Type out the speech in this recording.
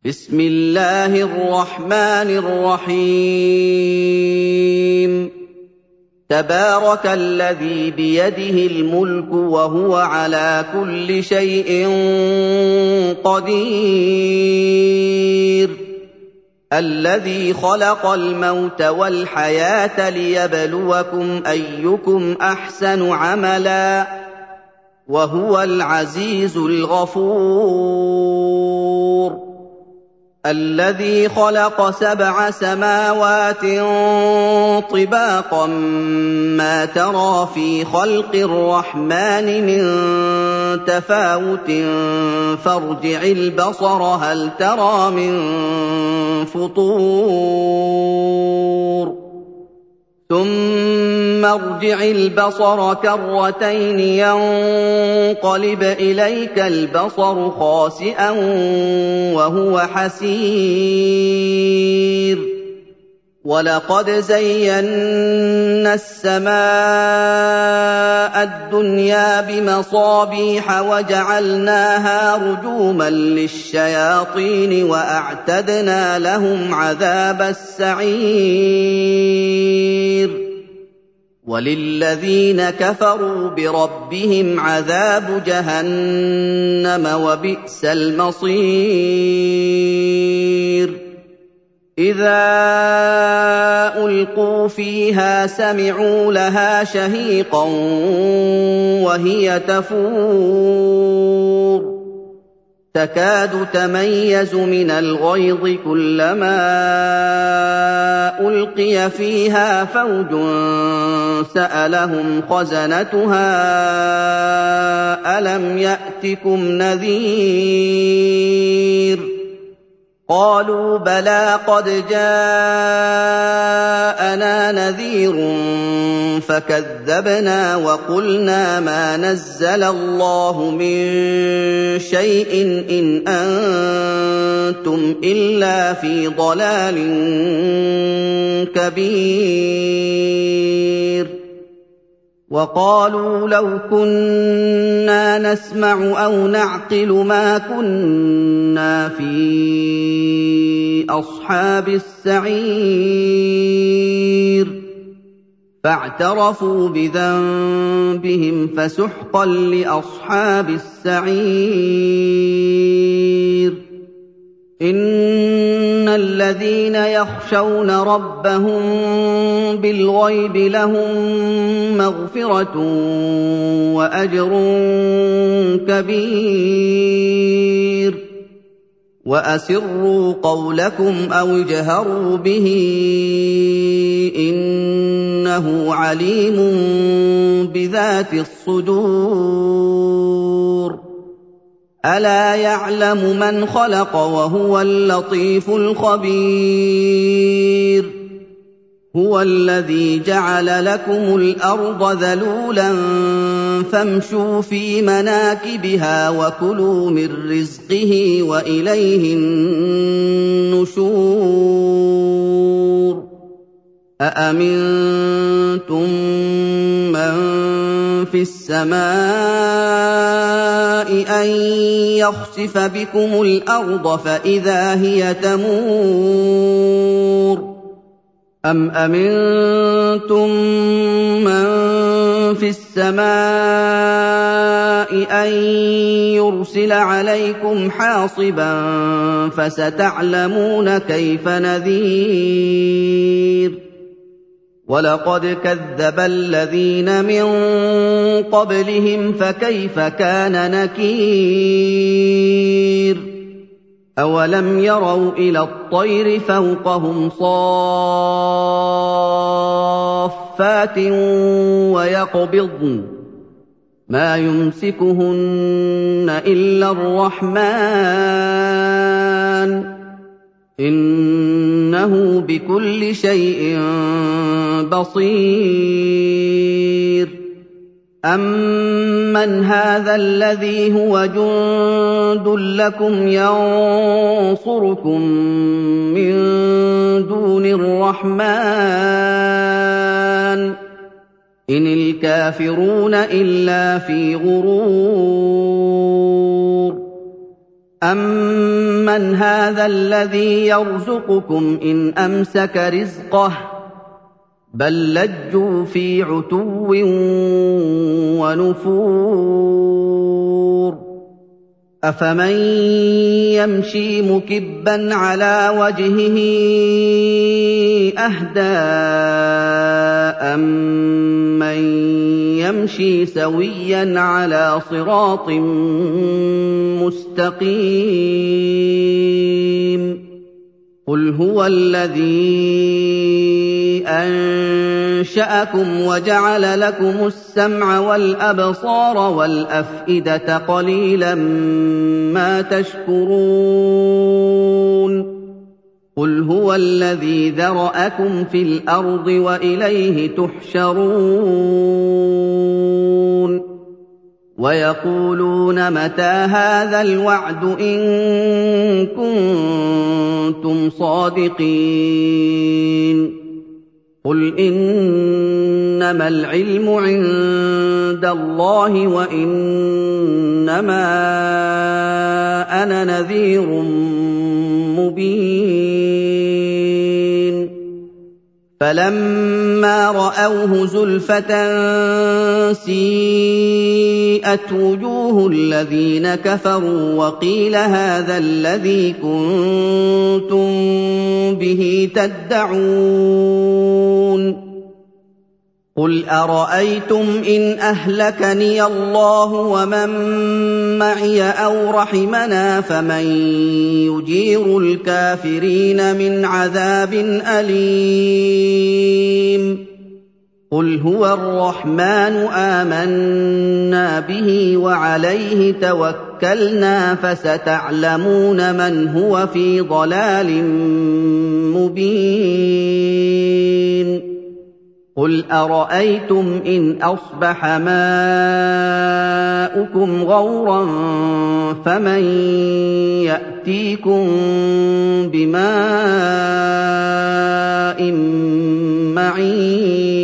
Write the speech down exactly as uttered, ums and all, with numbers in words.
بسم الله الرحمن الرحيم تبارك الذي بيده الملك وهو على كل شيء قدير الذي خلق الموت والحياة ليبلوكم أيكم أحسن عملا وهو العزيز الغفور الذي خلق سبع سماوات طباقا ما ترى في خلق الرحمن من تفاوت فارجع البصر هل ترى من فطور ثم ارجع البصر كرتين ينقلب إليك البصر خاسئا وهو حسير ولقد زينا السماء الدنيا بمصابيح وجعلناها رجوما للشياطين وأعتدنا لهم عذاب السعير وللذين كفروا بربهم عذاب جهنم وبئس المصير إذا ألقوا فيها سمعوا لها شهيقا وهي تفور تكاد تميز من الغيظ كلما ألقي فيها فوج سألهم خزنتها ألم يأتكم نذير قالوا بلى قد جاءنا نذير فكذبنا وقلنا ما نزل الله من شيء إن أنتم إلا في ضلال كبير وقالوا لو كنا نسمع أو نعقل ما كنا في أصحاب السعير فاعترفوا بذنبهم فسحقا لأصحاب السعير إن الذين يخشون ربهم بالغيب لهم مغفرة وأجر كبير وأسروا قولكم أو اجهروا به إنه عليم بذات الصدور ألا يعلم من خلق وهو اللطيف الخبير هو الذي جعل لكم الأرض ذلولا فامشوا في مناكبها وكلوا من رزقه وإليه النشور أأمنتم من في السماء أن يخسف بكم الأرض فإذا هي تمور أم أمنتم من في السماء أن يرسل عليكم حاصبا فستعلمون كيف نذير ولقد كذب الذين من قبلهم فكيف كان نكير أولم يروا إلى الطير فوقهم صافات ويقبضن ما يمسكهن إلا الرحمن إنه بكل شيء بصير أمن هذا الذي هو جند لكم ينصركم من دون الرحمن إن الكافرون إلا في غرور أَمَّنْ هَٰذَا الَّذِي يَرْزُقُكُمْ إِنْ أَمْسَكَ رِزْقَهُ ۚ بَل لَّجُّوا فِي عُتُوٍّ وَنُفُورٍ أَفَمَن يَمْشِي مُكِبًّا عَلَىٰ وَجْهِهِ أَهْدَىٰ أَمَّن يَمْشِي سَوِيًّا عَلَىٰ صِرَاطٍ مُّسْتَقِيمٍ قُلْ هُوَ الَّذِي أَنشَأَكُمْ وَجَعَلَ لَكُمُ السَّمْعَ وَالْأَبْصَارَ وَالْأَفْئِدَةَ ۖ قَلِيلًا مَّا تَشْكُرُونَ قُلْ هُوَ الَّذِي ذَرَأَكُمْ فِي الْأَرْضِ وَإِلَيْهِ تُحْشَرُونَ وَيَقُولُونَ مَتَىٰ هَٰذَا الْوَعْدُ إِن كُنتُمْ صَادِقِينَ قُلْ إِنَّمَا الْعِلْمُ عِندَ اللَّهِ وَإِنَّمَا أَنَا نَذِيرٌ مُّبِينٌ فَلَمَّا رَأَوْهُ زُلْفَةً سِيئَتْ وُجُوهُ الَّذِينَ كَفَرُوا وَقِيلَ هَٰذَا الَّذِي كُنتُم بِهِ تَدَّعُونَ قُلْ أَرَأَيْتُمْ إِنْ أَهْلَكَنِيَ اللَّهُ وَمَن مَّعِيَ أَوْ رَحِمَنَا فَمَن يُجِيرُ الْكَافِرِينَ مِنْ عَذَابٍ أَلِيمٍ قُلْ هُوَ الرَّحْمَٰنُ آمَنَّا بِهِ وَعَلَيْهِ تَوَكَّلْنَا فَسَتَعْلَمُونَ مَنْ هُوَ فِي ضَلَالٍ مُّبِينٍ قُلْ أَرَأَيْتُمْ إِنْ أَصْبَحَ مَاؤُكُمْ غَوْرًا فَمَن يَأْتِيكُم بِمَاءٍ مَّعِينٍ